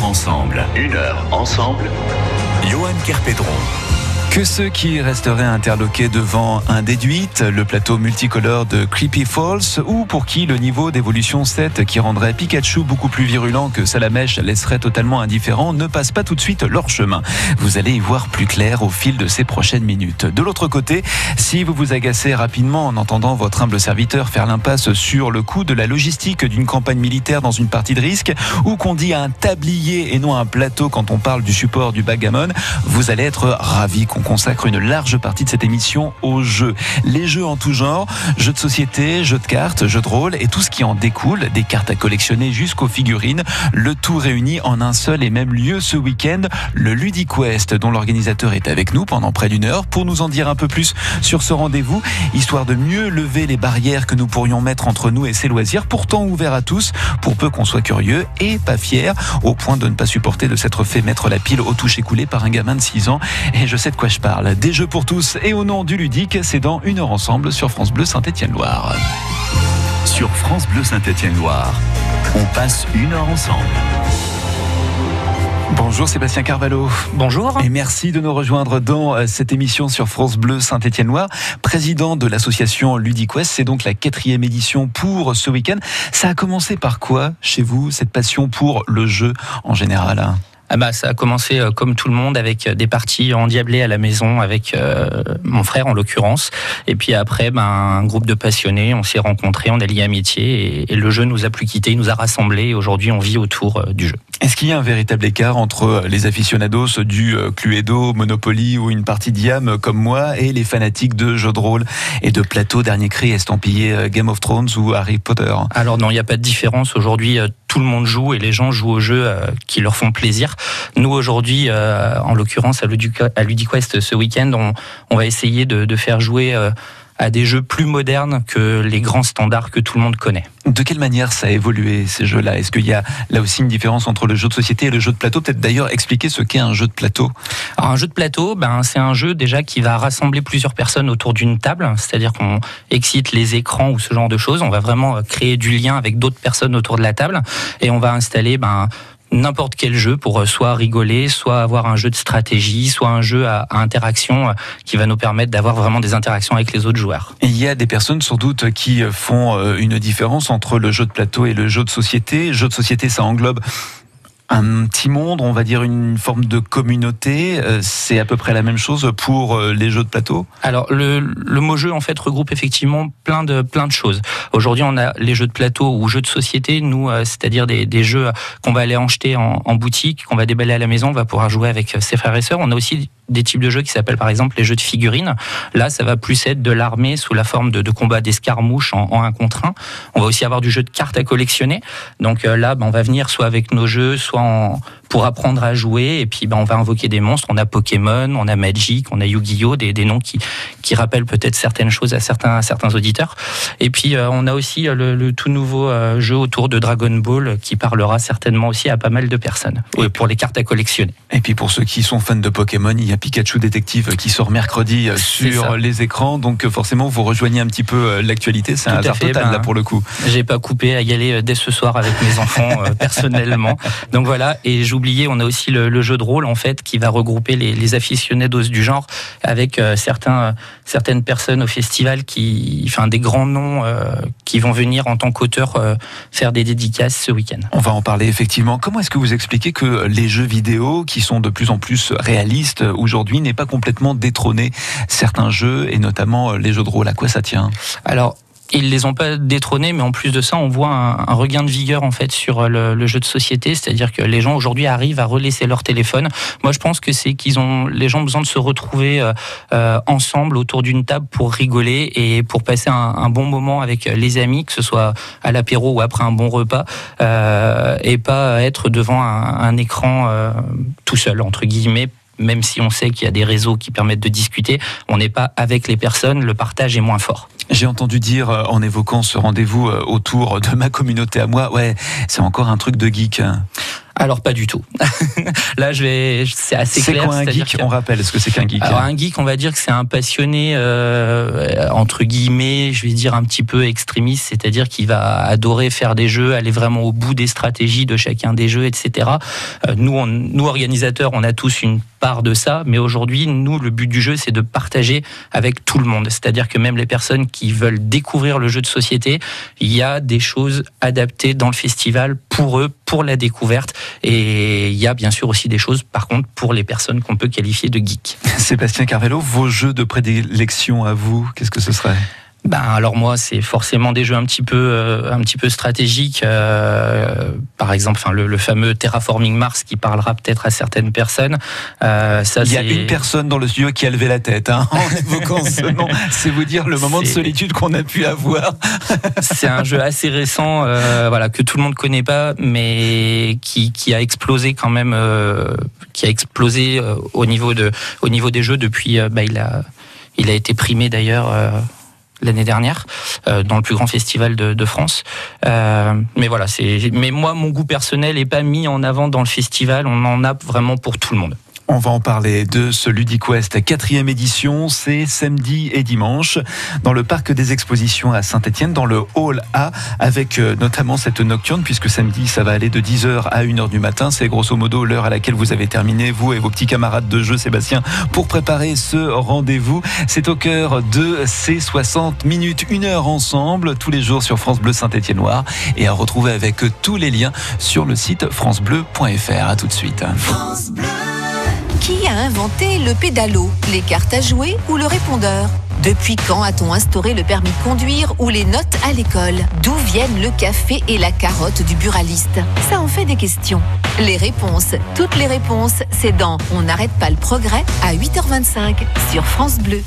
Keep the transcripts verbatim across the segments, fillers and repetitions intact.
ensemble. Une heure ensemble. Johan Kerpedron. Que ceux qui resteraient interloqués devant un déduit, le plateau multicolore de Creepy Falls, ou pour qui le niveau d'évolution sept qui rendrait Pikachu beaucoup plus virulent que Salamèche laisserait totalement indifférent, ne passe pas tout de suite leur chemin. Vous allez y voir plus clair au fil de ces prochaines minutes. De l'autre côté, si vous vous agacez rapidement en entendant votre humble serviteur faire l'impasse sur le coût de la logistique d'une campagne militaire dans une partie de risque, ou qu'on dit un tablier et non un plateau quand on parle du support du backgammon, vous allez être ravis qu'on consacre une large partie de cette émission aux jeux. Les jeux en tout genre, jeux de société, jeux de cartes, jeux de rôle et tout ce qui en découle, des cartes à collectionner jusqu'aux figurines, le tout réuni en un seul et même lieu ce week-end, le LudiQuest, dont l'organisateur est avec nous pendant près d'une heure pour nous en dire un peu plus sur ce rendez-vous, histoire de mieux lever les barrières que nous pourrions mettre entre nous et ces loisirs, pourtant ouverts à tous, pour peu qu'on soit curieux et pas fier, au point de ne pas supporter de s'être fait mettre la pile au toucher coulé par un gamin de six ans. Et je sais de quoi je parle. Des jeux pour tous et au nom du ludique, c'est dans Une heure ensemble sur France Bleu Saint-Étienne-Loire. Sur France Bleu Saint-Étienne-Loire, on passe une heure ensemble. Bonjour Sébastien Carvalho. Bonjour. Et merci de nous rejoindre dans cette émission sur France Bleu Saint-Étienne-Loire. Président de l'association LudiQuest, c'est donc la quatrième édition pour ce week-end. Ça a commencé par quoi chez vous, cette passion pour le jeu en général ? Ah bah, ça a commencé euh, comme tout le monde avec des parties endiablées à la maison avec euh, mon frère en l'occurrence. Et puis après, bah, un groupe de passionnés, on s'est rencontrés, on a lié amitié et, et le jeu nous a plus quittés, il nous a rassemblés et aujourd'hui on vit autour euh, du jeu. Est-ce qu'il y a un véritable écart entre les aficionados du Cluedo, Monopoly ou une partie d'I A M comme moi et les fanatiques de jeux de rôle et de plateaux dernier cri estampillés Game of Thrones ou Harry Potter ? Alors non, il n'y a pas de différence. Aujourd'hui, tout le monde joue et les gens jouent aux jeux qui leur font plaisir. Nous, aujourd'hui, euh, en l'occurrence, à LudiQuest ce week-end, on, on va essayer de, de faire jouer euh, à des jeux plus modernes que les grands standards que tout le monde connaît. De quelle manière ça a évolué, ces jeux-là ? Est-ce qu'il y a là aussi une différence entre le jeu de société et le jeu de plateau ? Peut-être d'ailleurs expliquer ce qu'est un jeu de plateau. Alors, un jeu de plateau, ben, c'est un jeu déjà qui va rassembler plusieurs personnes autour d'une table, c'est-à-dire qu'on excite les écrans ou ce genre de choses. On va vraiment créer du lien avec d'autres personnes autour de la table et on va installer... Ben, n'importe quel jeu pour soit rigoler, soit avoir un jeu de stratégie, soit un jeu à, à interaction qui va nous permettre d'avoir vraiment des interactions avec les autres joueurs. Et il y a des personnes sans doute qui font une différence entre le jeu de plateau et le jeu de société. Le jeu de société, ça englobe un petit monde, on va dire une forme de communauté. C'est à peu près la même chose pour les jeux de plateau ? Alors, le, le mot jeu, en fait, regroupe effectivement plein de, plein de choses. Aujourd'hui, on a les jeux de plateau ou jeux de société, nous, c'est-à-dire des, des jeux qu'on va aller acheter en, en boutique, qu'on va déballer à la maison, on va pouvoir jouer avec ses frères et sœurs. On a aussi des types de jeux qui s'appellent par exemple les jeux de figurines. Là, ça va plus être de l'armée sous la forme de, de combats d'escarmouches en, en un contre un. On va aussi avoir du jeu de cartes à collectionner. Donc euh, là, ben, on va venir soit avec nos jeux, soit en, pour apprendre à jouer. Et puis, ben, on va invoquer des monstres. On a Pokémon, on a Magic, on a Yu-Gi-Oh, des, des noms qui, qui rappellent peut-être certaines choses à certains, à certains auditeurs. Et puis, euh, on a aussi le, le tout nouveau euh, jeu autour de Dragon Ball qui parlera certainement aussi à pas mal de personnes. Oui, pour les cartes à collectionner. Et puis, pour ceux qui sont fans de Pokémon, il y a Pikachu Détective qui sort mercredi sur les écrans, donc forcément vous rejoignez un petit peu l'actualité, c'est Tout un hasard fait, total ben, là pour le coup. J'ai pas coupé à y aller dès ce soir avec mes enfants euh, personnellement, donc voilà. Et j'oubliais, on a aussi le, le jeu de rôle en fait qui va regrouper les, les aficionados du genre avec euh, certains, euh, certaines personnes au festival qui, enfin des grands noms euh, qui vont venir en tant qu'auteurs euh, faire des dédicaces ce week-end. On va en parler effectivement. Comment est-ce que vous expliquez que les jeux vidéo qui sont de plus en plus réalistes aujourd'hui n'est pas complètement détrôné certains jeux et notamment les jeux de rôle? À quoi ça tient? Alors, ils les ont pas détrônés, mais en plus de ça, on voit un, un regain de vigueur en fait sur le, le jeu de société, c'est-à-dire que les gens aujourd'hui arrivent à relaisser leur téléphone. Moi, je pense que c'est qu'ils ont, les gens ont besoin de se retrouver euh, ensemble autour d'une table pour rigoler et pour passer un, un bon moment avec les amis, que ce soit à l'apéro ou après un bon repas, euh, et pas être devant un, un écran euh, tout seul entre guillemets. Même si on sait qu'il y a des réseaux qui permettent de discuter, on n'est pas avec les personnes, le partage est moins fort. J'ai entendu dire, en évoquant ce rendez-vous autour de ma communauté à moi, ouais, c'est encore un truc de geek. Alors pas du tout. Là, je vais, c'est assez c'est clair. C'est quoi un geek que... On rappelle, est-ce que c'est qu'un geek? Alors un geek, on va dire que c'est un passionné euh, entre guillemets, je vais dire un petit peu extrémiste, c'est-à-dire qu'il va adorer faire des jeux, aller vraiment au bout des stratégies de chacun des jeux, et cetera. Euh, nous, on, nous organisateurs, on a tous une part de ça, mais aujourd'hui, nous, le but du jeu, c'est de partager avec tout le monde. C'est-à-dire que même les personnes qui veulent découvrir le jeu de société, il y a des choses adaptées dans le festival pour eux, pour la découverte. Et il y a bien sûr aussi des choses, par contre, pour les personnes qu'on peut qualifier de geeks. Sébastien Carvello, vos jeux de prédilection à vous, qu'est-ce que ce serait ? Ben alors moi c'est forcément des jeux un petit peu euh, un petit peu stratégiques, euh, par exemple enfin le, le fameux Terraforming Mars qui parlera peut-être à certaines personnes. Euh, ça, il y a c'est... une personne dans le studio qui a levé la tête hein, en évoquant ce nom. C'est vous dire le moment c'est... de solitude qu'on a pu avoir. C'est un jeu assez récent, euh, voilà que tout le monde connaît pas, mais qui qui a explosé quand même, euh, qui a explosé euh, au niveau de au niveau des jeux depuis. Euh, bah, il a il a été primé d'ailleurs. Euh, l'année dernière, euh, dans le plus grand festival de, de France. Euh, mais voilà, c'est. Mais moi, mon goût personnel n'est pas mis en avant dans le festival. On en a vraiment pour tout le monde. On va en parler de ce LudiQuest quatrième édition, c'est samedi et dimanche dans le parc des expositions à Saint-Étienne, dans le hall A, avec notamment cette nocturne, puisque samedi ça va aller de dix heures à une heure du matin. C'est grosso modo l'heure à laquelle vous avez terminé, vous et vos petits camarades de jeu, Sébastien, pour préparer ce rendez-vous. C'est au cœur de ces soixante minutes, une heure ensemble, tous les jours sur France Bleu Saint-Étienne-Loire, et à retrouver avec tous les liens sur le site francebleu point f r. À tout de suite. France Bleu. Qui a inventé le pédalo, les cartes à jouer ou le répondeur ? Depuis quand a-t-on instauré le permis de conduire ou les notes à l'école ? D'où viennent le café et la carotte du buraliste ? Ça en fait des questions. Les réponses, toutes les réponses, c'est dans On n'arrête pas le progrès à huit heures vingt-cinq sur France Bleu.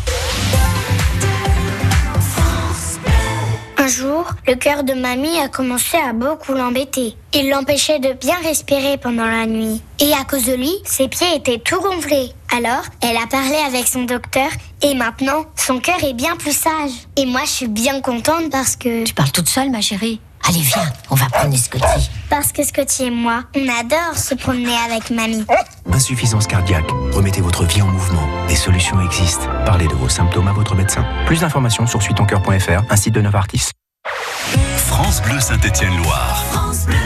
Un jour, le cœur de mamie a commencé à beaucoup l'embêter. Il l'empêchait de bien respirer pendant la nuit. Et à cause de lui, ses pieds étaient tout gonflés. Alors, elle a parlé avec son docteur et maintenant, son cœur est bien plus sage. Et moi, je suis bien contente parce que... Tu parles toute seule, ma chérie ? Allez, viens, on va promener Scotty. Parce que Scotty et moi, on adore se promener avec mamie. Insuffisance cardiaque. Remettez votre vie en mouvement. Des solutions existent. Parlez de vos symptômes à votre médecin. Plus d'informations sur suis ton cœur point f r, un site de Novartis. France Bleu Saint-Étienne-Loire. France Bleu.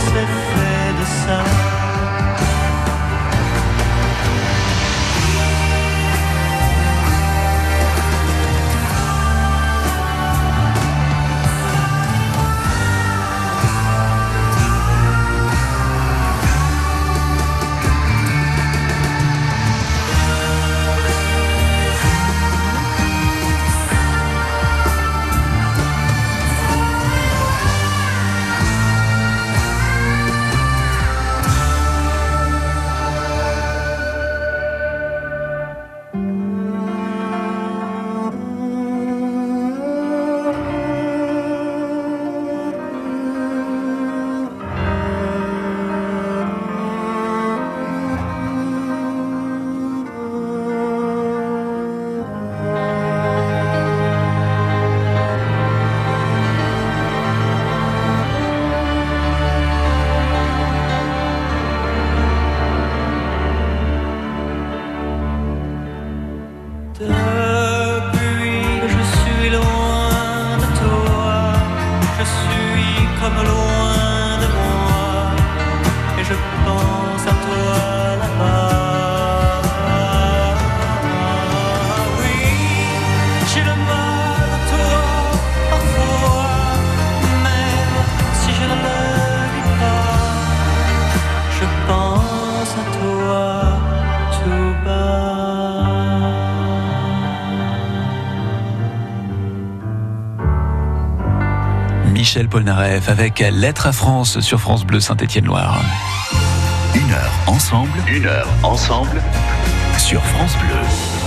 c'est fait de ça. Michel Polnareff avec Lettre à France sur France Bleu Saint-Étienne-Loire. Une heure ensemble, une heure ensemble sur France Bleu.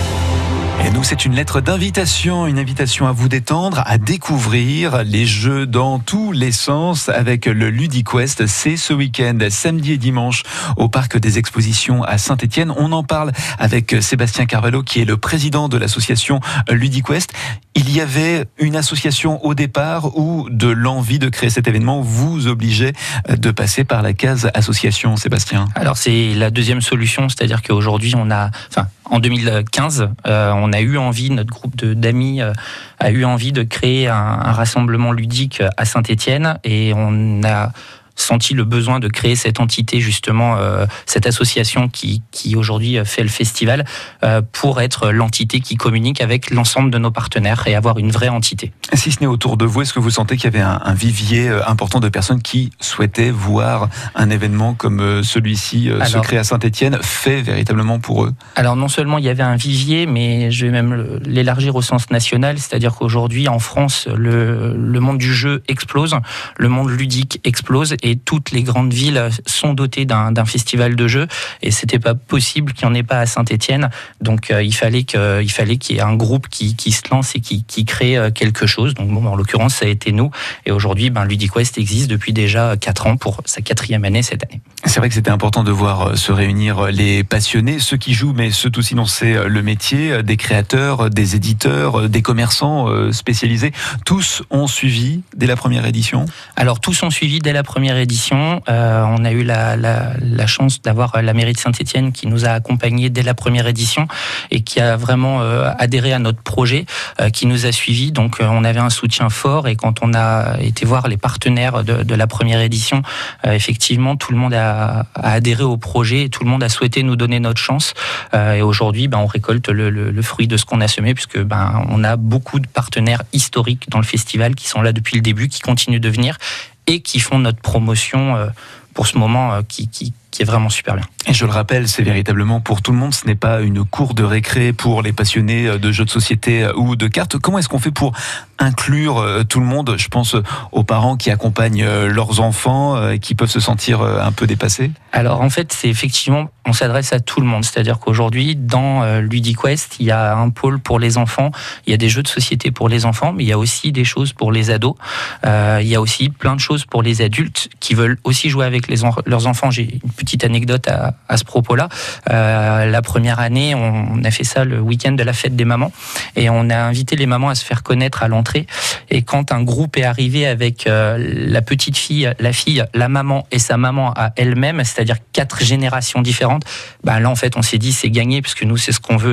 Et nous, c'est une lettre d'invitation, une invitation à vous détendre, à découvrir les jeux dans tous les sens avec le LudiQuest. C'est ce week-end, samedi et dimanche, au Parc des Expositions à Saint-Étienne. On en parle avec Sébastien Carvalho, qui est le président de l'association LudiQuest. Il y avait une association au départ où de l'envie de créer cet événement vous obligeait de passer par la case association, Sébastien. Alors c'est la deuxième solution, c'est-à-dire qu'aujourd'hui on a, enfin en deux mille quinze, euh, on a eu envie, notre groupe de, d'amis euh, a eu envie de créer un, un rassemblement ludique à Saint-Étienne et on a senti le besoin de créer cette entité, justement, euh, cette association qui, qui aujourd'hui fait le festival, euh, pour être l'entité qui communique avec l'ensemble de nos partenaires et avoir une vraie entité. Si ce n'est autour de vous, est-ce que vous sentez qu'il y avait un, un vivier important de personnes qui souhaitaient voir un événement comme celui-ci alors, se créer à Saint-Étienne, fait véritablement pour eux? Alors non seulement il y avait un vivier, mais je vais même l'élargir au sens national, c'est-à-dire qu'aujourd'hui en France, le, le monde du jeu explose, le monde ludique explose, et toutes les grandes villes sont dotées d'un, d'un festival de jeux, et c'était pas possible qu'il n'y en ait pas à Saint-Étienne. Donc euh, il fallait que, il fallait qu'il y ait un groupe qui, qui se lance et qui, qui crée quelque chose. Donc bon, en l'occurrence, ça a été nous. Et aujourd'hui, ben, LudiQuest existe depuis déjà quatre ans pour sa quatrième année cette année. C'est vrai que c'était important de voir se réunir les passionnés, ceux qui jouent, mais ceux aussi dont c'est le métier, des créateurs, des éditeurs, des commerçants spécialisés. Tous ont suivi dès la première édition. Alors tous ont suivi dès la première édition. Euh, on a eu la, la, la chance d'avoir la mairie de Saint-Étienne qui nous a accompagnés dès la première édition et qui a vraiment euh, adhéré à notre projet, euh, qui nous a suivis. Donc euh, on avait un soutien fort, et quand on a été voir les partenaires de, de la première édition, euh, effectivement tout le monde a, a adhéré au projet et tout le monde a souhaité nous donner notre chance. Euh, et aujourd'hui, ben, on récolte le, le, le fruit de ce qu'on a semé, puisque ben, on a beaucoup de partenaires historiques dans le festival qui sont là depuis le début, qui continuent de venir et qui font notre promotion euh, pour ce moment euh, qui, qui, qui est vraiment super bien. Et je le rappelle, c'est véritablement pour tout le monde, ce n'est pas une cour de récré pour les passionnés de jeux de société ou de cartes. Comment est-ce qu'on fait pour inclure tout le monde? Je pense aux parents qui accompagnent leurs enfants et qui peuvent se sentir un peu dépassés. Alors en fait, c'est effectivement, on s'adresse à tout le monde. C'est-à-dire qu'aujourd'hui, dans LudiQuest, il y a un pôle pour les enfants, il y a des jeux de société pour les enfants, mais il y a aussi des choses pour les ados. Euh, il y a aussi plein de choses pour les adultes qui veulent aussi jouer avec les en- leurs enfants. J'ai une petite anecdote à, à ce propos-là. Euh, la première année, on a fait ça le week-end de la fête des mamans, et on a invité les mamans à se faire connaître à l'entrée. Et quand un groupe est arrivé avec euh, la petite fille, la fille, la maman et sa maman à elle-même, c'est-à-dire quatre générations différentes, bah là en fait on s'est dit c'est gagné, puisque nous c'est ce qu'on veut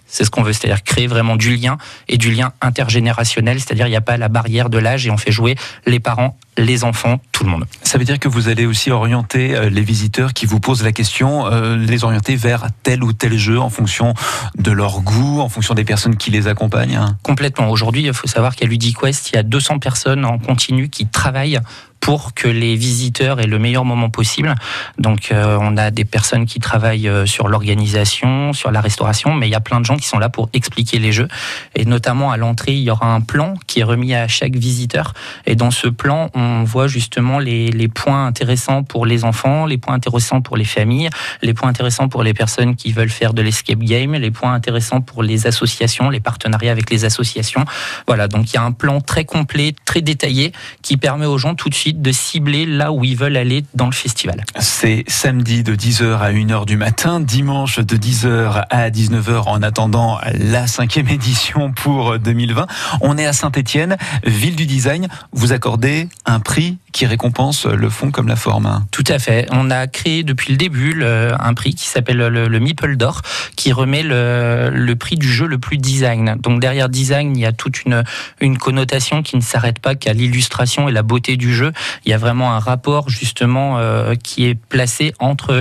C'est ce qu'on veut, c'est-à-dire créer vraiment du lien et du lien intergénérationnel, c'est-à-dire il n'y a pas la barrière de l'âge et on fait jouer les parents, les enfants, tout le monde. Ça veut dire que vous allez aussi orienter les visiteurs qui vous posent la question, euh, les orienter vers tel ou tel jeu en fonction de leur goût, en fonction des personnes qui les accompagnent. Complètement. Aujourd'hui, il faut savoir qu'à LudiQuest, il y a deux cents personnes en continu qui travaillent pour que les visiteurs aient le meilleur moment possible. Donc euh, on a des personnes qui travaillent euh, sur l'organisation, sur la restauration, mais il y a plein de gens qui sont là pour expliquer les jeux. Et notamment à l'entrée, il y aura un plan qui est remis à chaque visiteur. Et dans ce plan, on voit justement les, les points intéressants pour les enfants, les points intéressants pour les familles, les points intéressants pour les personnes qui veulent faire de l'escape game, les points intéressants pour les associations, les partenariats avec les associations. Voilà, donc il y a un plan très complet, très détaillé, qui permet aux gens tout de suite de cibler là où ils veulent aller dans le festival. C'est samedi de dix heures à une heure du matin, dimanche de dix heures à dix-neuf heures en attendant la cinquième édition pour deux mille vingt. On est à Saint-Étienne, ville du design. Vous accordez un prix qui récompense le fond comme la forme. Tout à fait. On a créé depuis le début le, un prix qui s'appelle le, le Meeple d'or, qui remet le, le prix du jeu le plus design. Donc derrière design, il y a toute une, une connotation qui ne s'arrête pas qu'à l'illustration et la beauté du jeu. Il y a vraiment un rapport justement euh, qui est placé entre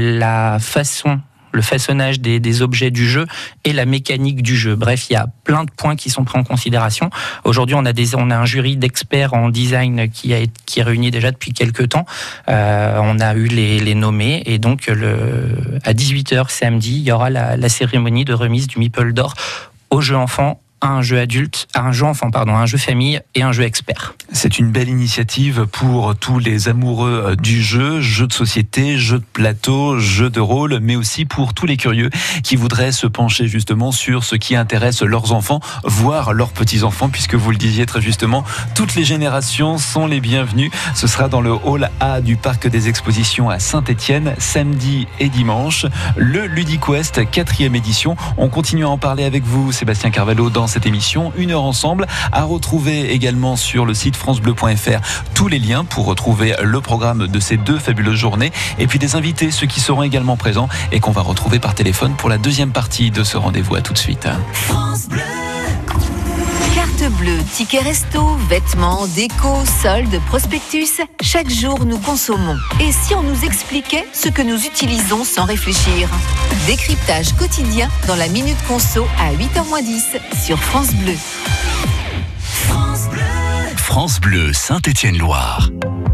la façon le façonnage des, des objets du jeu et la mécanique du jeu. Bref, il y a plein de points qui sont pris en considération. Aujourd'hui, on a, des, on a un jury d'experts en design qui, a, qui est réuni déjà depuis quelques temps. Euh, on a eu les, les nommés et donc le, à dix-huit heures samedi, il y aura la, la cérémonie de remise du Meeple d'or aux jeux enfants, à un jeu adulte, à un jeu enfant, pardon, à un jeu famille et un jeu expert. C'est une belle initiative pour tous les amoureux du jeu, jeux de société, jeux de plateau, jeux de rôle, mais aussi pour tous les curieux qui voudraient se pencher justement sur ce qui intéresse leurs enfants, voire leurs petits-enfants, puisque vous le disiez très justement, toutes les générations sont les bienvenues. Ce sera dans le hall A du Parc des Expositions à Saint-Étienne, samedi et dimanche. Le LudiQuest, quatrième édition. On continue à en parler avec vous, Sébastien Carvalho, dans cette émission, une heure ensemble, à retrouver également sur le site francebleu point f r tous les liens pour retrouver le programme de ces deux fabuleuses journées et puis des invités, ceux qui seront également présents et qu'on va retrouver par téléphone pour la deuxième partie de ce rendez-vous. À tout de suite. France Bleu. Carte bleue, tickets resto, vêtements, déco, soldes, prospectus, chaque jour nous consommons. Et si on nous expliquait ce que nous utilisons sans réfléchir? Décryptage quotidien dans la Minute Conso à huit heures moins dix sur France Bleu. France Bleu. France Bleu Saint-Étienne-Loire.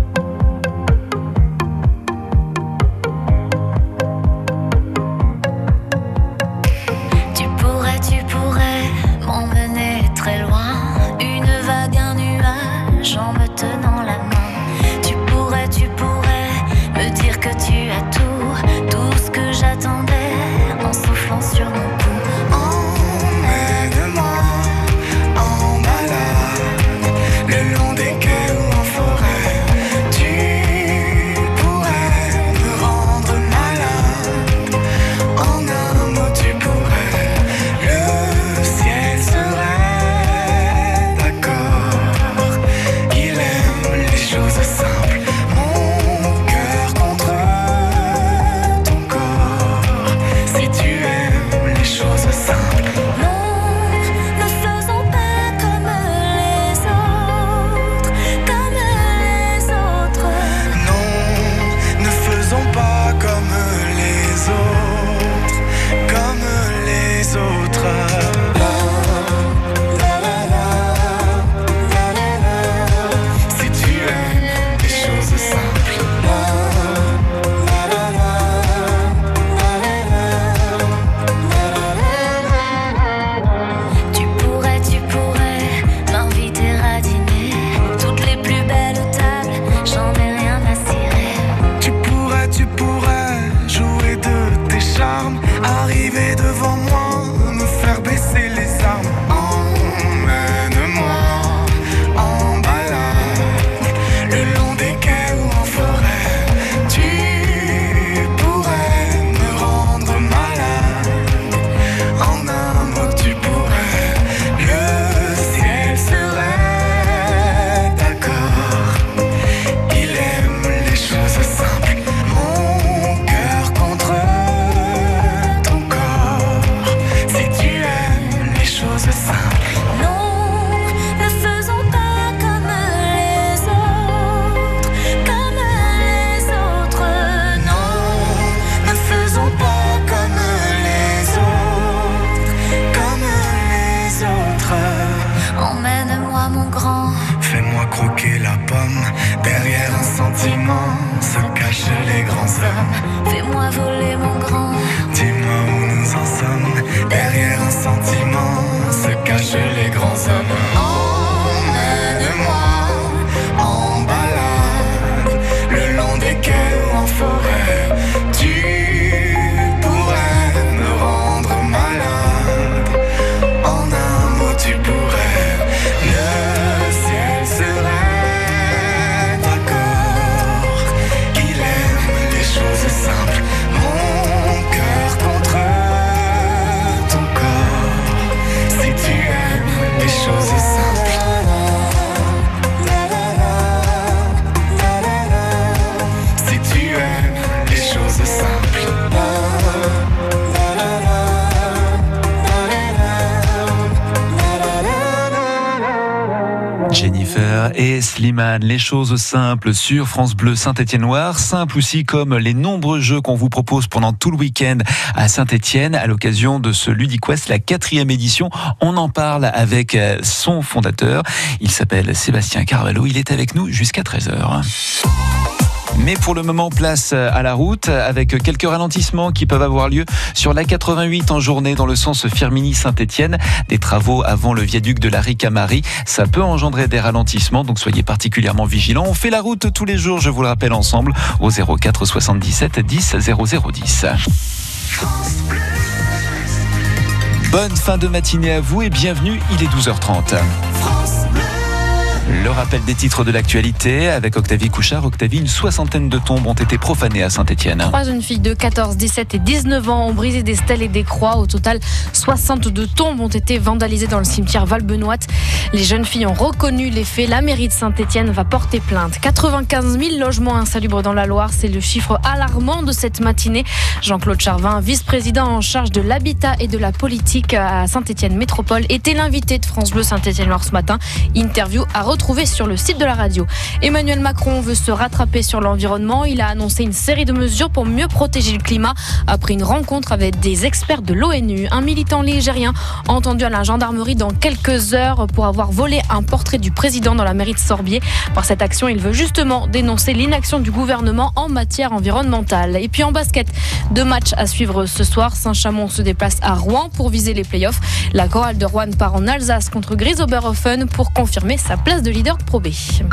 Tu pourrais, tu pourrais m'emmener très loin, une vague, un nuage en me tenant la main. Tu pourrais, tu pourrais me dire que tu as tout, tout ce que j'attendais en soufflant sur mon cou. Emmène-moi en balade, le long des quais ou en forêt. sommes. Fais-moi voler mon grand. Dis-moi où nous en sommes. Derrière un sentiment se cachent les grands hommes. Emmène-moi en balade, le long des quais ou en forêt. Tu pourrais me rendre malade. En un mot, tu pourrais. Le ciel serait d'accord qu'il aime les choses simples. Mon cœur contre ton corps. Si tu aimes les choses simples. Si tu aimes les choses simples. Jennifer et Slimane, les choses simples sur France Bleu Saint-Étienne-Loire. Simple aussi comme les nombreux jeux qu'on vous propose pendant tout le week-end à Saint-Étienne à l'occasion de ce LudiQuest, la quatrième édition. On en parle avec son fondateur. Il s'appelle Sébastien Carvalho. Il est avec nous jusqu'à treize heures. Mais pour le moment, place à la route avec quelques ralentissements qui peuvent avoir lieu sur l'A quatre-vingt-huit en journée dans le sens Firminy-Saint-Étienne. Des travaux avant le viaduc de la Ricamarie. Ça peut engendrer des ralentissements, donc soyez particulièrement vigilants. On fait la route tous les jours, je vous le rappelle, ensemble au zéro quatre soixante-dix-sept dix zéro zéro dix. Bonne fin de matinée à vous et bienvenue, il est douze heures trente. Le rappel des titres de l'actualité avec Octavie Couchard. Octavie, une soixantaine de tombes ont été profanées à Saint-Étienne. Trois jeunes filles de quatorze, dix-sept et dix-neuf ans ont brisé des stèles et des croix. Au total, soixante-deux tombes ont été vandalisées dans le cimetière Val-Benoît. Les jeunes filles ont reconnu les faits. La mairie de Saint-Étienne va porter plainte. quatre-vingt-quinze mille logements insalubres dans la Loire. C'est le chiffre alarmant de cette matinée. Jean-Claude Charvin, vice-président en charge de l'habitat et de la politique à Saint-Étienne Métropole, était l'invité de France Bleu Saint-Étienne-Loire ce matin. Interview à retrouver sur le site de la radio. Emmanuel Macron veut se rattraper sur l'environnement. Il a annoncé une série de mesures pour mieux protéger le climat après une rencontre avec des experts de l'ONU. Un militant ligérien entendu à la gendarmerie dans quelques heures pour avoir volé un portrait du président dans la mairie de Sorbier. Par cette action, il veut justement dénoncer l'inaction du gouvernement en matière environnementale. Et puis en basket, deux matchs à suivre ce soir. Saint-Chamond se déplace à Rouen pour viser les playoffs. La chorale de Rouen part en Alsace contre Grisoberhofen pour confirmer sa place de leader de Pro B.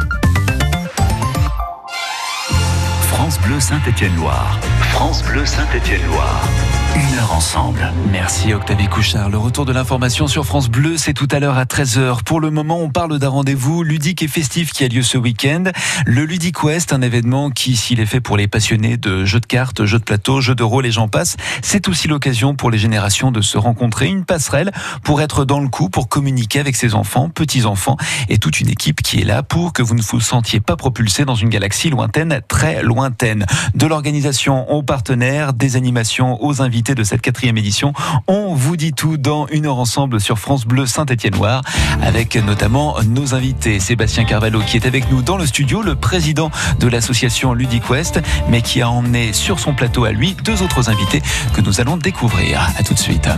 France Bleu Saint-Étienne-Loire. France Bleu Saint-Étienne-Loire. Une heure ensemble. Merci Octavie Couchard. Le retour de l'information sur France Bleu, c'est tout à l'heure à treize heures. Pour le moment, on parle d'un rendez-vous ludique et festif qui a lieu ce week-end. Le LudiQuest, un événement qui, s'il est fait pour les passionnés de jeux de cartes, jeux de plateau, jeux de rôle et j'en passe, c'est aussi l'occasion pour les générations de se rencontrer, une passerelle pour être dans le coup, pour communiquer avec ses enfants, petits-enfants et toute une équipe qui est là pour que vous ne vous sentiez pas propulsé dans une galaxie lointaine, très lointaine. De l'organisation aux partenaires, des animations aux invités de cette quatrième édition. On vous dit tout dans une heure ensemble sur France Bleu Saint-Étienne-Loire avec notamment nos invités. Sébastien Carvalho qui est avec nous dans le studio, le président de l'association LudiQuest, mais qui a emmené sur son plateau à lui deux autres invités que nous allons découvrir. À tout de suite.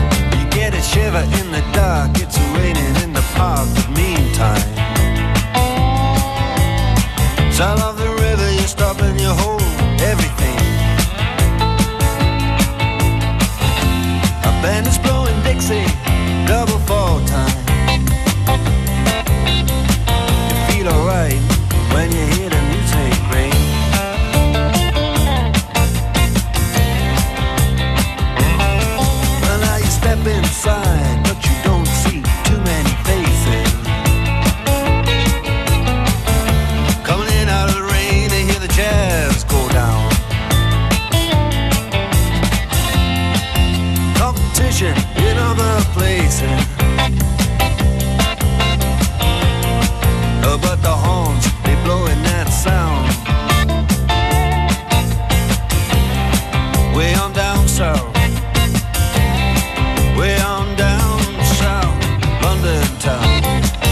Band is blowing Dixie, double fall time. You feel alright when you hear the music ring. Well, now you step inside, but you don't see too many faces. Coming in out of the rain to hear the jazz go down. In other places, oh, but the horns, they blowing that sound. Way on down south, way on down south, London town.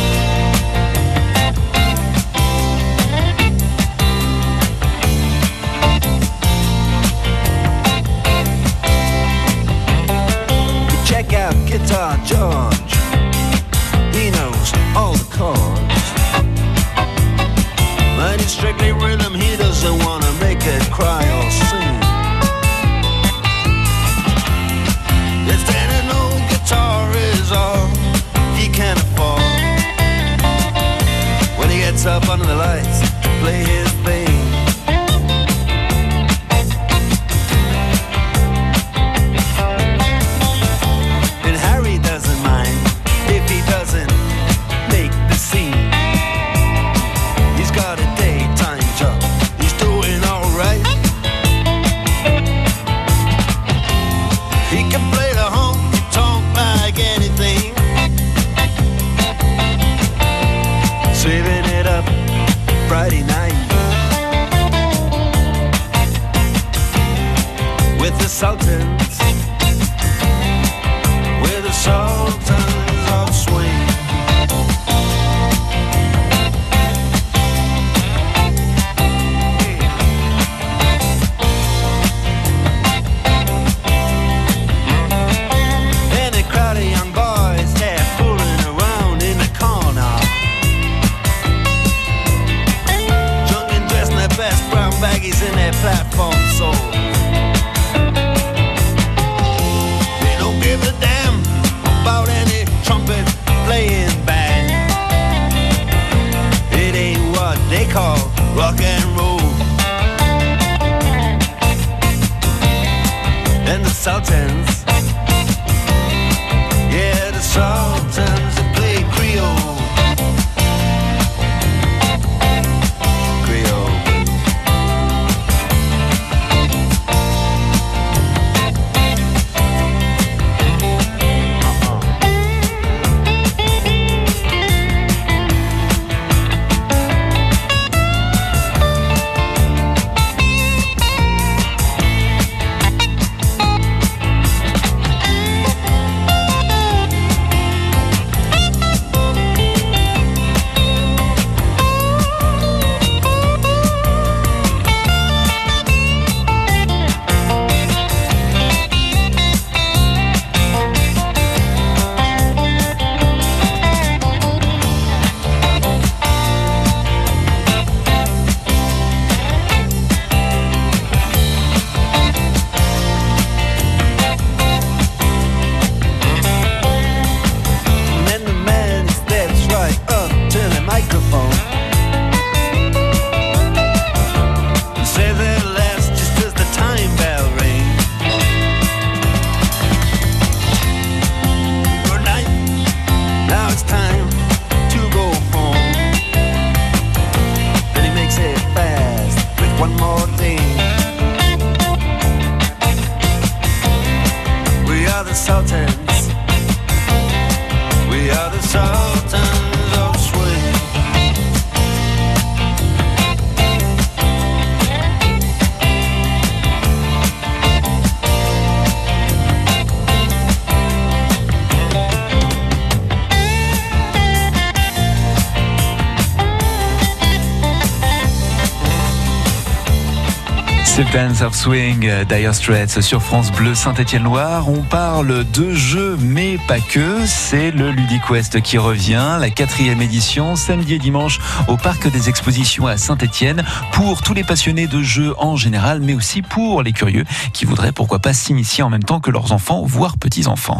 Check out Guitar George, he knows all the chords. But it's strictly rhythm, he doesn't wanna make it cry or sing. Sultans. We're the Sultans of Swing. Baggies in their platform soul. They don't give a damn about any trumpet playing band. It ain't what they call rock and roll. And the Sultans, yeah, the Sultans that play Creole. Sultans of Swing, Dire Straits sur France Bleu Saint-Étienne-Loire. On parle de jeux, mais pas que. C'est le Ludiquest qui revient, la quatrième édition, samedi et dimanche au Parc des Expositions à Saint-Étienne, pour tous les passionnés de jeux en général, mais aussi pour les curieux qui voudraient pourquoi pas s'initier en même temps que leurs enfants, voire petits-enfants.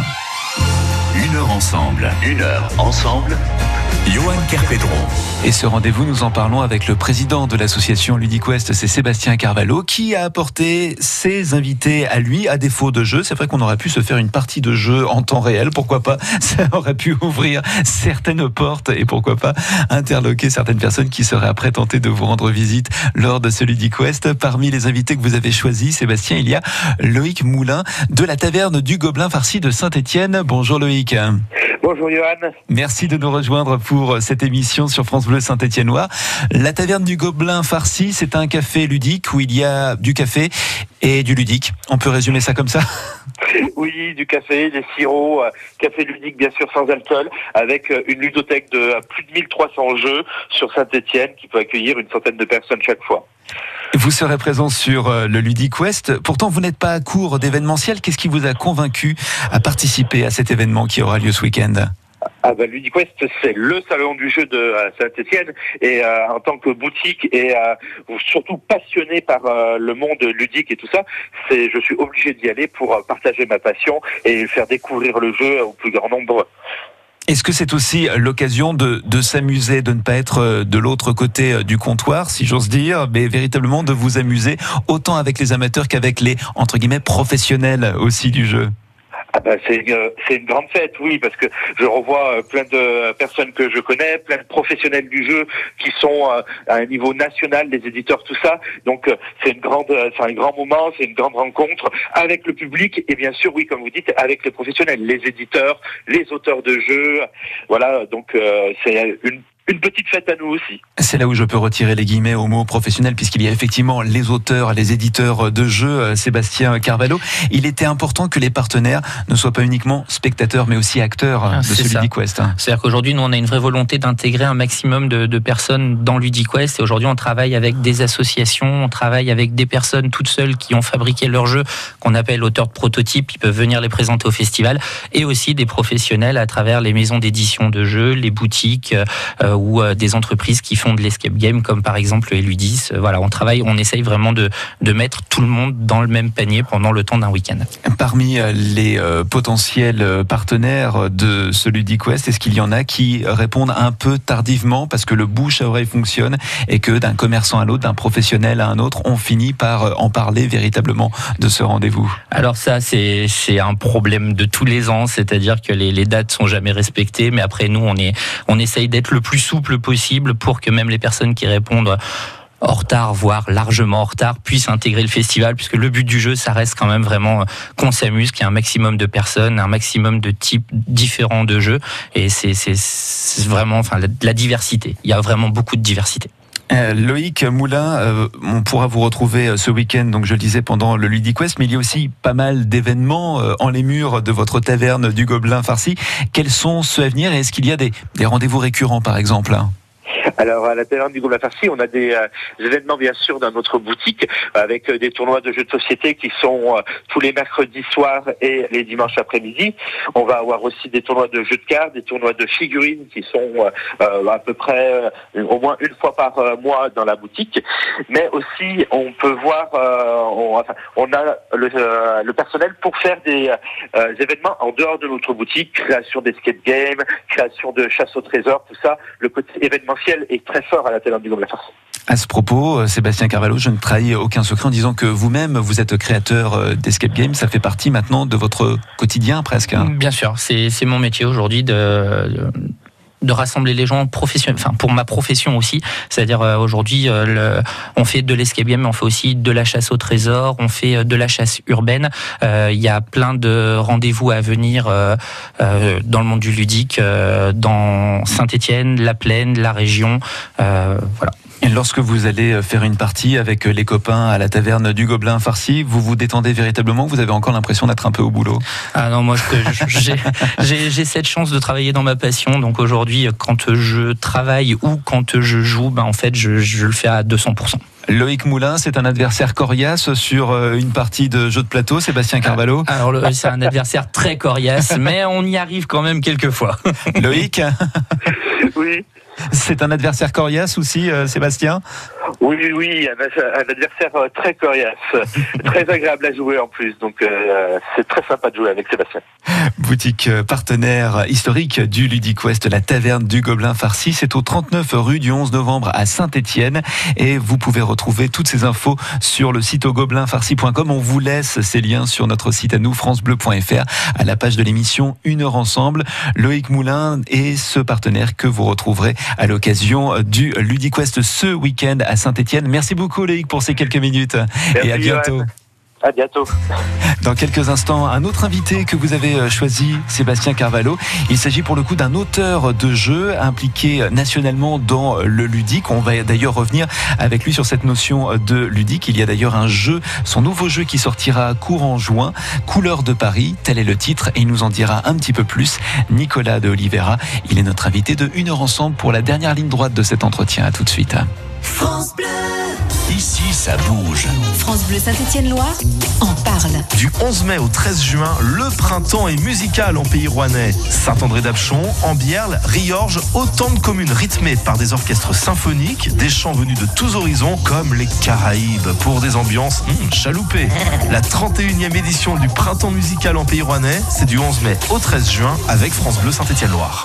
Une heure ensemble, une heure ensemble. Johan Kerpedron. Et ce rendez-vous, nous en parlons avec le président de l'association Ludiquest, c'est Sébastien Carvalho, qui a apporté ses invités à lui à défaut de jeu. C'est vrai qu'on aurait pu se faire une partie de jeu en temps réel, pourquoi pas. Ça aurait pu ouvrir certaines portes et pourquoi pas interloquer certaines personnes qui seraient après tentées de vous rendre visite lors de ce Ludiquest. Parmi les invités que vous avez choisis, Sébastien, il y a Loïc Moulin de la taverne du Gobelin Farci de Saint-Étienne. Bonjour Loïc. Bonjour Johan. Merci de nous rejoindre pour cette émission sur France Bleu Saint-Étienne-Loire. La taverne du Gobelin Farci, c'est un café ludique où il y a du café et du ludique. On peut résumer ça comme ça ? Oui, du café, des sirops, euh, café ludique bien sûr sans alcool, avec euh, une ludothèque de euh, plus de mille trois cents jeux sur Saint-Étienne qui peut accueillir une centaine de personnes chaque fois. Vous serez présent sur euh, le Ludiquest. Pourtant, vous n'êtes pas à court d'événementiel. Qu'est-ce qui vous a convaincu à participer à cet événement qui aura lieu ce week-end ? Ah bah, Ludiquest, c'est le salon du jeu de euh, Saint-Étienne et euh, en tant que boutique et euh, surtout passionné par euh, le monde ludique et tout ça, c'est je suis obligé d'y aller pour euh, partager ma passion et faire découvrir le jeu au plus grand nombre. Est-ce que c'est aussi l'occasion de, de s'amuser, de ne pas être de l'autre côté du comptoir, si j'ose dire, mais véritablement de vous amuser autant avec les amateurs qu'avec les, entre guillemets, professionnels aussi du jeu ? Ah ben c'est une, c'est une grande fête, oui, parce que je revois plein de personnes que je connais, plein de professionnels du jeu qui sont à un niveau national, des éditeurs, tout ça. Donc c'est une grande, c'est un grand moment, c'est une grande rencontre avec le public et bien sûr, oui, comme vous dites, avec les professionnels, les éditeurs, les auteurs de jeux. Voilà, donc euh, c'est une une petite fête à nous aussi. C'est là où je peux retirer les guillemets au mot professionnel, puisqu'il y a effectivement les auteurs, les éditeurs de jeux. Sébastien Carvalho, il était important que les partenaires ne soient pas uniquement spectateurs, mais aussi acteurs ah, de ce LudiQuest. C'est-à-dire qu'aujourd'hui, nous, on a une vraie volonté d'intégrer un maximum de, de personnes dans LudiQuest. Et aujourd'hui, on travaille avec des associations, on travaille avec des personnes toutes seules qui ont fabriqué leurs jeux, qu'on appelle auteurs de prototypes, qui peuvent venir les présenter au festival, et aussi des professionnels à travers les maisons d'édition de jeux, les boutiques euh, ou euh, des entreprises qui font de l'escape game, comme par exemple Eludis. Voilà, on travaille, on essaye vraiment de, de mettre tout le monde dans le même panier pendant le temps d'un week-end. Parmi les euh, potentiels partenaires de ce LudiQuest, est-ce qu'il y en a qui répondent un peu tardivement parce que le bouche à oreille fonctionne et que d'un commerçant à l'autre, d'un professionnel à un autre, on finit par en parler véritablement de ce rendez-vous? Alors ça, c'est, c'est un problème de tous les ans, c'est-à-dire que les, les dates sont jamais respectées, mais après nous, on, est, on essaye d'être le plus souple possible pour que même les personnes qui répondent en retard, voire largement en retard, puissent intégrer le festival, puisque le but du jeu, ça reste quand même vraiment qu'on s'amuse, qu'il y ait un maximum de personnes, un maximum de types différents de jeux, et c'est, c'est, c'est vraiment enfin, la, la diversité. Il y a vraiment beaucoup de diversité. Euh, Loïc Moulin, euh, on pourra vous retrouver ce week-end, donc je le disais, pendant le LudiQuest, mais il y a aussi pas mal d'événements euh, en les murs de votre taverne du Gobelin Farci. Quels sont ceux à venir et est-ce qu'il y a des, des rendez-vous récurrents, par exemple? Alors à la taverne du Gobelin Farci, on a des euh, événements bien sûr dans notre boutique avec euh, des tournois de jeux de société qui sont euh, tous les mercredis soirs et les dimanches après-midi. On va avoir aussi des tournois de jeux de cartes, des tournois de figurines qui sont euh, à peu près euh, au moins une fois par euh, mois dans la boutique. Mais aussi on peut voir, euh, on, enfin, on a le, euh, le personnel pour faire des euh, événements en dehors de notre boutique, création d'escape game, création de chasse au trésor, tout ça. Le côté événementiel est très fort à la taverne du Gobelin Farci. À ce propos, Sébastien Carvalho, je ne trahis aucun secret en disant que vous-même, vous êtes créateur d'escape game. Ça fait partie maintenant de votre quotidien presque. Hein. Bien sûr, c'est, c'est mon métier aujourd'hui de... de... de rassembler les gens professionnels, enfin pour ma profession aussi, c'est-à-dire euh, aujourd'hui euh, le, on fait de l'escape game, mais on fait aussi de la chasse au trésor, on fait euh, de la chasse urbaine. Il euh, y a plein de rendez-vous à venir euh, euh, dans le monde du ludique, euh, dans Saint-Étienne, la Plaine, la région, euh, voilà. Et lorsque vous allez faire une partie avec les copains à la taverne du Gobelin Farci, vous vous détendez véritablement? Vous avez encore l'impression d'être un peu au boulot? Ah non, moi je, j'ai, j'ai, j'ai cette chance de travailler dans ma passion. Donc aujourd'hui, quand je travaille ou quand je joue, ben en fait, je, je le fais à deux cents pour cent. Loïc Moulin, c'est un adversaire coriace sur une partie de jeu de plateau. Sébastien Carvalho? Alors le, c'est un adversaire très coriace, mais on y arrive quand même quelques fois. Loïc? Oui. C'est un adversaire coriace aussi, euh, Sébastien? Oui, oui, un, un adversaire très coriace, très agréable à jouer en plus, donc euh, c'est très sympa de jouer avec Sébastien. Boutique partenaire historique du LudiQuest, la taverne du Gobelin Farci, c'est au trente-neuf rue du onze novembre à Saint-Étienne, et vous pouvez retrouver toutes ces infos sur le site au gobelin farci point com. On vous laisse ces liens sur notre site à nous, francebleu point f r, à la page de l'émission Une heure ensemble. Loïc Moulin est ce partenaire que vous retrouverez à l'occasion du LudiQuest ce week-end à Saint-Étienne. Merci beaucoup Loïc pour ces quelques minutes. Merci, et à bientôt. Johan. À bientôt. Dans quelques instants, un autre invité que vous avez choisi, Sébastien Carvalho. Il s'agit pour le coup d'un auteur de jeu impliqué nationalement dans le ludique. On va d'ailleurs revenir avec lui sur cette notion de ludique. Il y a d'ailleurs un jeu, son nouveau jeu qui sortira courant juin, Couleurs de Paris, tel est le titre, et il nous en dira un petit peu plus. Nicolas de Oliveira, il est notre invité de Une heure ensemble pour la dernière ligne droite de cet entretien. À tout de suite. France Bleu. Ici, ça bouge. France Bleu Saint-Étienne-Loire en parle. Du onze mai au treize juin, le printemps est musical en pays rouennais. Saint-André-d'Apchon, Ambierle, Riorges, autant de communes rythmées par des orchestres symphoniques, des chants venus de tous horizons, comme les Caraïbes, pour des ambiances hum, chaloupées. La trente et unième édition du printemps musical en pays rouennais, c'est du onze mai au treize juin avec France Bleu Saint-Étienne-Loire.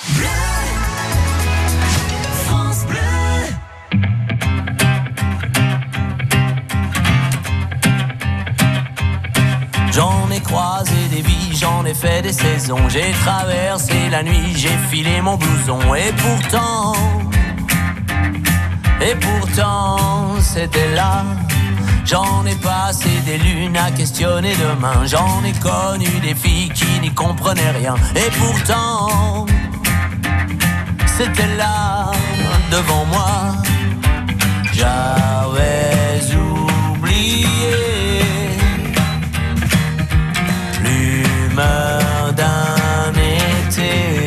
J'en ai croisé des vies, j'en ai fait des saisons. J'ai traversé la nuit, j'ai filé mon blouson. Et pourtant, et pourtant, c'était là. J'en ai passé des lunes à questionner demain. J'en ai connu des filles qui n'y comprenaient rien. Et pourtant, c'était là, devant moi. J'avais oublié l'humeur d'un été.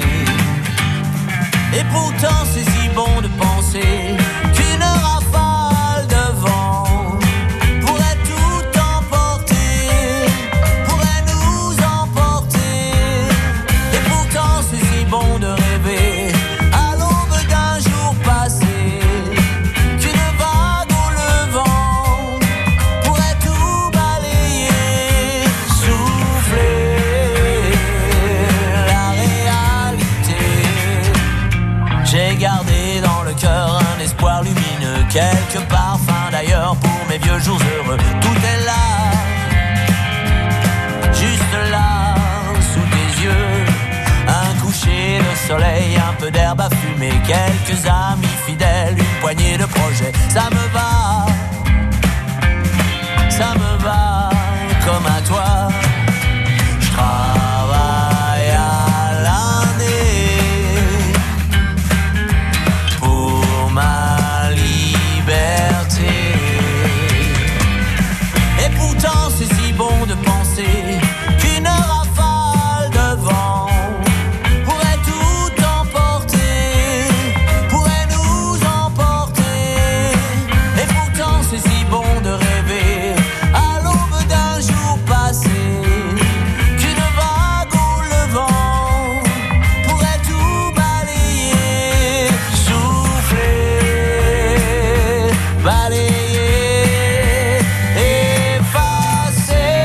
Et pourtant c'est si bon de penser qu'une rafale de vent pourrait tout emporter, pourrait nous emporter. Et pourtant c'est si bon de rêver à l'aube d'un jour passé qu'une vague au levant pourrait tout balayer, souffler la réalité. J'ai gardé dans le cœur un espoir lumineux, quelques parfums d'ailleurs pour mes vieux jours heureux. Tout est là, juste là, sous tes yeux. Un coucher de soleil, un peu d'herbe à fumer, quelques amis fidèles, une poignée de projets. Ça me va, ça me va comme à toi. Je travaille à l'année pour ma liberté. Et pourtant c'est si bon de penser qu'une rafale de vent pourrait tout emporter, pourrait nous emporter. Et pourtant c'est si bon de rêver à l'aube d'un jour passé qu'une vague au levant pourrait tout balayer, souffler, balayer, effacer,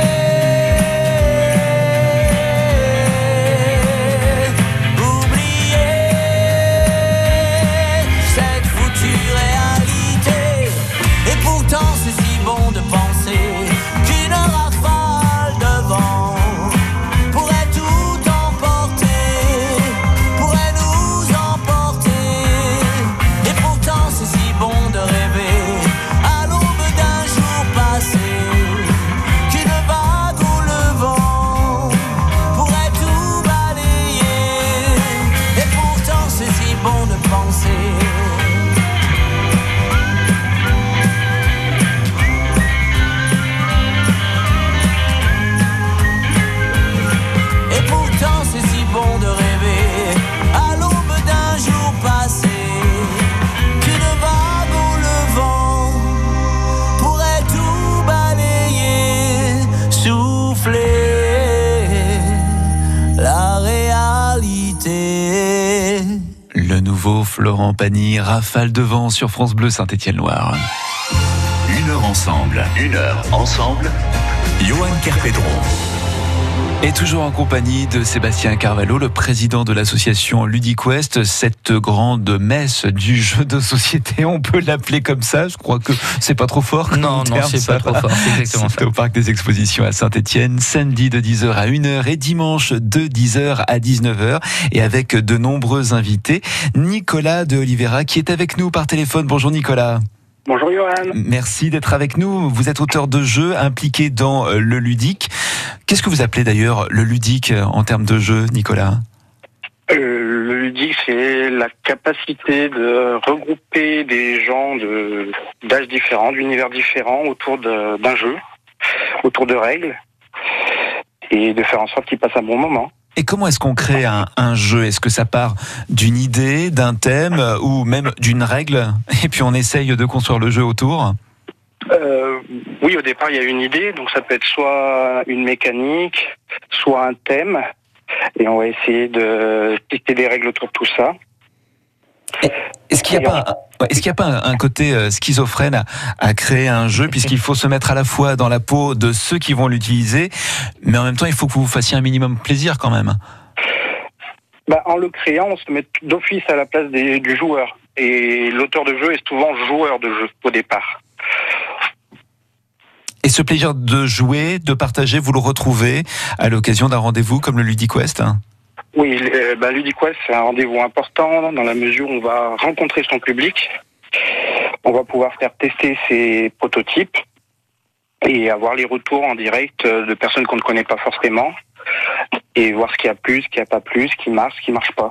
oublier cette foutue réalité. Et pourtant c'est si bon de penser qu'une rafale de vent pourrait tout emporter, pourrait nous emporter. Et pourtant c'est si bon de rêver à l'aube d'un jour passé qu'une vague au levant pourrait tout balayer. Et pourtant c'est si bon de penser. Et pourtant c'est si bon de rêver à l'aube d'un jour passé qu'une vague au levant pourrait tout balayer, souffler la réalité. Le nouveau Florent Pagny, Rafale de vent sur France Bleu Saint-Étienne-Loire. Une heure ensemble, une heure ensemble. Johan Kerpedron. Et toujours en compagnie de Sébastien Carvalho, le président de l'association LudiQuest, cette grande messe du jeu de société, on peut l'appeler comme ça, je crois que c'est pas trop fort. comme Non, non, terme, c'est ça pas trop va. fort, c'est exactement C'est ça. au Parc des Expositions à Saint-Étienne, samedi de dix heures à une heure et dimanche de dix heures à dix-neuf heures, et avec de nombreux invités. Nicolas de Oliveira qui est avec nous par téléphone. Bonjour Nicolas. Bonjour Johan. Merci d'être avec nous. Vous êtes auteur de jeux impliqué dans euh, le ludique. Qu'est-ce que vous appelez d'ailleurs le ludique euh, en termes de jeu, Nicolas ? Euh, le ludique, c'est la capacité de regrouper des gens de, d'âges différents, d'univers différents autour de, d'un jeu, autour de règles, et de faire en sorte qu'ils passent un bon moment. Et comment est-ce qu'on crée un, un jeu ? Est-ce que ça part d'une idée, d'un thème ou même d'une règle et puis on essaye de construire le jeu autour ? Euh, oui, au départ, il y a une idée, donc ça peut être soit une mécanique, soit un thème, et on va essayer de tester des règles autour de tout ça. Est-ce qu'il n'y a, pas un, est-ce qu'il y a pas un, un côté euh, schizophrène à, à créer un jeu, puisqu'il faut se mettre à la fois dans la peau de ceux qui vont l'utiliser, mais en même temps, il faut que vous fassiez un minimum plaisir quand même. Bah, en le créant, on se met d'office à la place des, du joueur. Et l'auteur de jeu est souvent joueur de jeu au départ. Et ce plaisir de jouer, de partager, vous le retrouvez à l'occasion d'un rendez-vous comme le LudiQuest ? Oui, euh, bah, LudiQuest, c'est un rendez-vous important dans la mesure où on va rencontrer son public. On va pouvoir faire tester ses prototypes et avoir les retours en direct de personnes qu'on ne connaît pas forcément et voir ce qui a plu, ce qui n'a pas plu, ce qui marche, ce qui ne marche pas.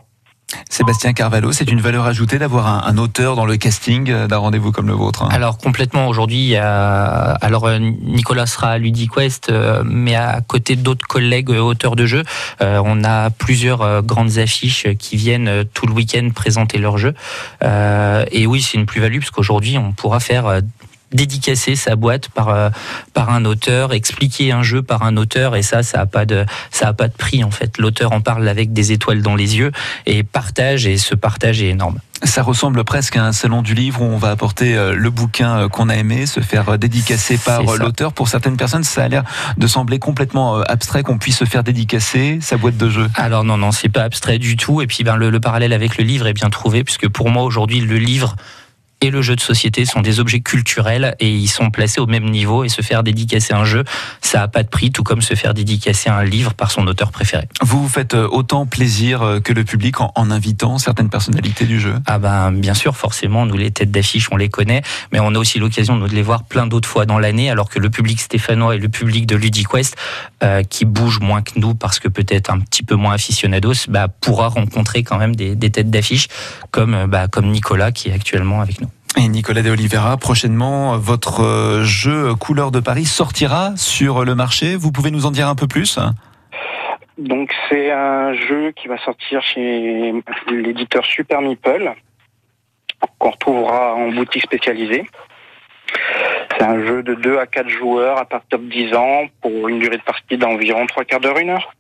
Sébastien Carvalho, c'est une valeur ajoutée d'avoir un, un auteur dans le casting d'un rendez-vous comme le vôtre. Hein. Alors complètement, aujourd'hui, il y a, alors Nicolas sera à LudiQuest, euh, mais à côté d'autres collègues euh, auteurs de jeux, euh, on a plusieurs euh, grandes affiches qui viennent euh, tout le week-end présenter leurs jeux. Euh, et oui, c'est une plus-value parce qu'aujourd'hui, on pourra faire euh, dédicacer sa boîte par euh, par un auteur, expliquer un jeu par un auteur, et ça ça a pas de ça a pas de prix en fait. L'auteur en parle avec des étoiles dans les yeux et partage, et ce partage est énorme. Ça ressemble presque à un salon du livre où on va apporter le bouquin qu'on a aimé, se faire dédicacer par l'auteur. Pour certaines personnes, ça a l'air de sembler complètement abstrait qu'on puisse se faire dédicacer sa boîte de jeu. Alors non, non, c'est pas abstrait du tout. Et puis ben, le, le parallèle avec le livre est bien trouvé, puisque pour moi aujourd'hui, le livre et le jeu de société sont des objets culturels et ils sont placés au même niveau, et se faire dédicacer un jeu, ça n'a pas de prix, tout comme se faire dédicacer un livre par son auteur préféré. Vous vous faites autant plaisir que le public en, en invitant certaines personnalités du jeu? Ah ben bien sûr, forcément, nous les têtes d'affiche on les connaît, mais on a aussi l'occasion de les voir plein d'autres fois dans l'année, alors que le public stéphanois et le public de LudiQuest, euh, qui bouge moins que nous parce que peut-être un petit peu moins aficionados, bah, pourra rencontrer quand même des, des têtes d'affiche comme, bah, comme Nicolas qui est actuellement avec nous. Et Nicolas de Oliveira, prochainement, votre jeu Couleurs de Paris sortira sur le marché. Vous pouvez nous en dire un peu plus ? Donc c'est un jeu qui va sortir chez l'éditeur Super Meeple, qu'on retrouvera en boutique spécialisée. C'est un jeu de deux à quatre joueurs à partir de dix ans pour une durée de partie d'environ trois quarts d'heure, une heure.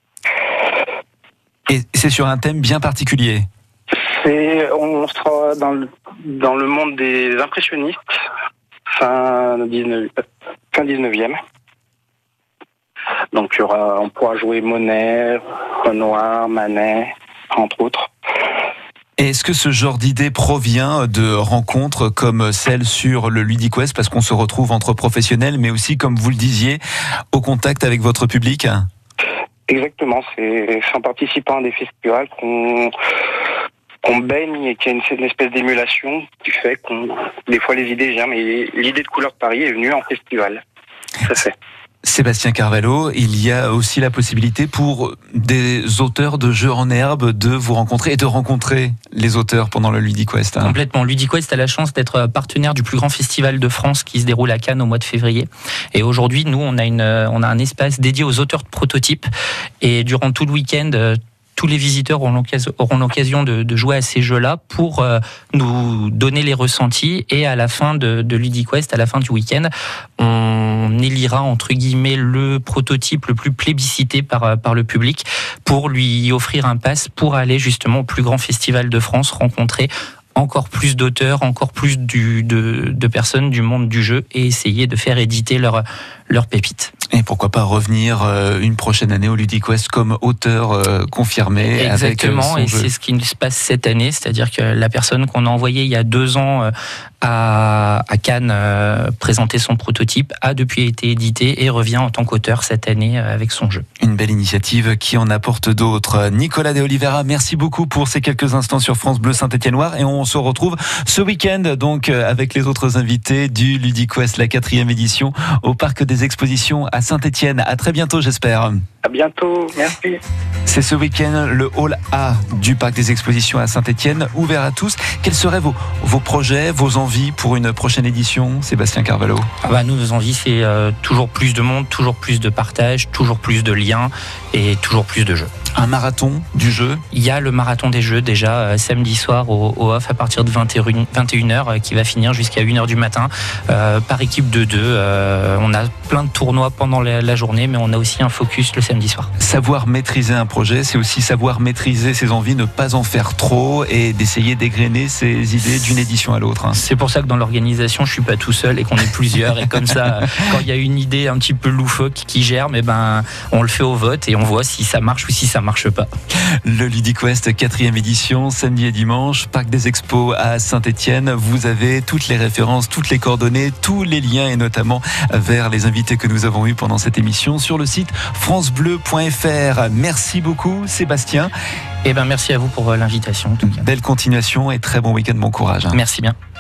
Et c'est sur un thème bien particulier ? C'est, on sera dans le, dans le monde des impressionnistes, fin dix-neuvième. Donc il y aura, on pourra jouer Monet, Renoir, Manet, entre autres. Est-ce que ce genre d'idée provient de rencontres comme celle sur le LudiQuest, parce qu'on se retrouve entre professionnels, mais aussi, comme vous le disiez, au contact avec votre public ? Exactement, c'est en participant à des festivals qu'on... qu'on baigne et qu'il y a une, une espèce d'émulation qui fait qu'on, des fois les idées germent, et l'idée de Couleurs de Paris est venue en festival. Ça fait. Sébastien Carvalho, il y a aussi la possibilité pour des auteurs de jeux en herbe de vous rencontrer et de rencontrer les auteurs pendant le LudiQuest. Hein. Complètement. LudiQuest a la chance d'être partenaire du plus grand festival de France qui se déroule à Cannes au mois de février. Et aujourd'hui, nous, on a, une, on a un espace dédié aux auteurs de prototypes. Et durant tout le week-end, tous les visiteurs auront l'occasion, auront l'occasion de, de jouer à ces jeux-là pour euh, nous donner les ressentis, et à la fin de, de LudiQuest, à la fin du week-end, on élira entre guillemets le prototype le plus plébiscité par, par le public pour lui offrir un pass pour aller justement au plus grand festival de France, rencontrer encore plus d'auteurs, encore plus du, de, de personnes du monde du jeu, et essayer de faire éditer leurs leur pépites. Et pourquoi pas revenir euh, une prochaine année au LudiQuest comme auteur euh, confirmé. Exactement, avec, euh, et c'est ce qui se passe cette année, c'est-à-dire que la personne qu'on a envoyée il y a deux ans euh, à, à Cannes euh, présenter son prototype a depuis été édité et revient en tant qu'auteur cette année euh, avec son jeu. Une belle initiative qui en apporte d'autres. Nicolas de Oliveira, merci beaucoup pour ces quelques instants sur France Bleu Saint-Étienne-Loire, et on se retrouve ce week-end donc avec les autres invités du LudiQuest, la quatrième édition, au Parc des Expositions à Saint-Étienne. À très bientôt, j'espère. À bientôt, merci. C'est ce week-end le hall A du Parc des Expositions à Saint-Étienne, ouvert à tous. Quels seraient vos, vos projets, vos envies pour une prochaine édition, Sébastien Carvalho? Ah bah nous, nos envies, c'est euh, toujours plus de monde, toujours plus de partage, toujours plus de liens et toujours plus de jeux. Un marathon du jeu? Il y a le marathon des jeux déjà euh, samedi soir au, au off à partir de vingt et une heures euh, qui va finir jusqu'à une heure du matin euh, par équipe de deux. Euh, on a plein de tournois pendant la, la journée, mais on a aussi un focus le samedi soir. Savoir maîtriser un projet, c'est aussi savoir maîtriser ses envies, ne pas en faire trop et d'essayer d'égrener ses idées d'une édition à l'autre. Hein. C'est pour ça que dans l'organisation, je suis pas tout seul et qu'on est plusieurs, et comme ça, quand il y a une idée un petit peu loufoque qui germe, et ben on le fait au vote et on voit si ça marche ou si ça marche pas. Le LudiQuest quatrième édition, samedi et dimanche, Parc des Expos à Saint-Étienne. Vous avez toutes les références, toutes les coordonnées, tous les liens, et notamment vers les invités que nous avons eus pendant cette émission sur le site francebleu point f r. Merci beaucoup, Sébastien. Eh ben merci à vous pour l'invitation. En tout cas. Belle continuation et très bon week-end, bon courage. Merci bien.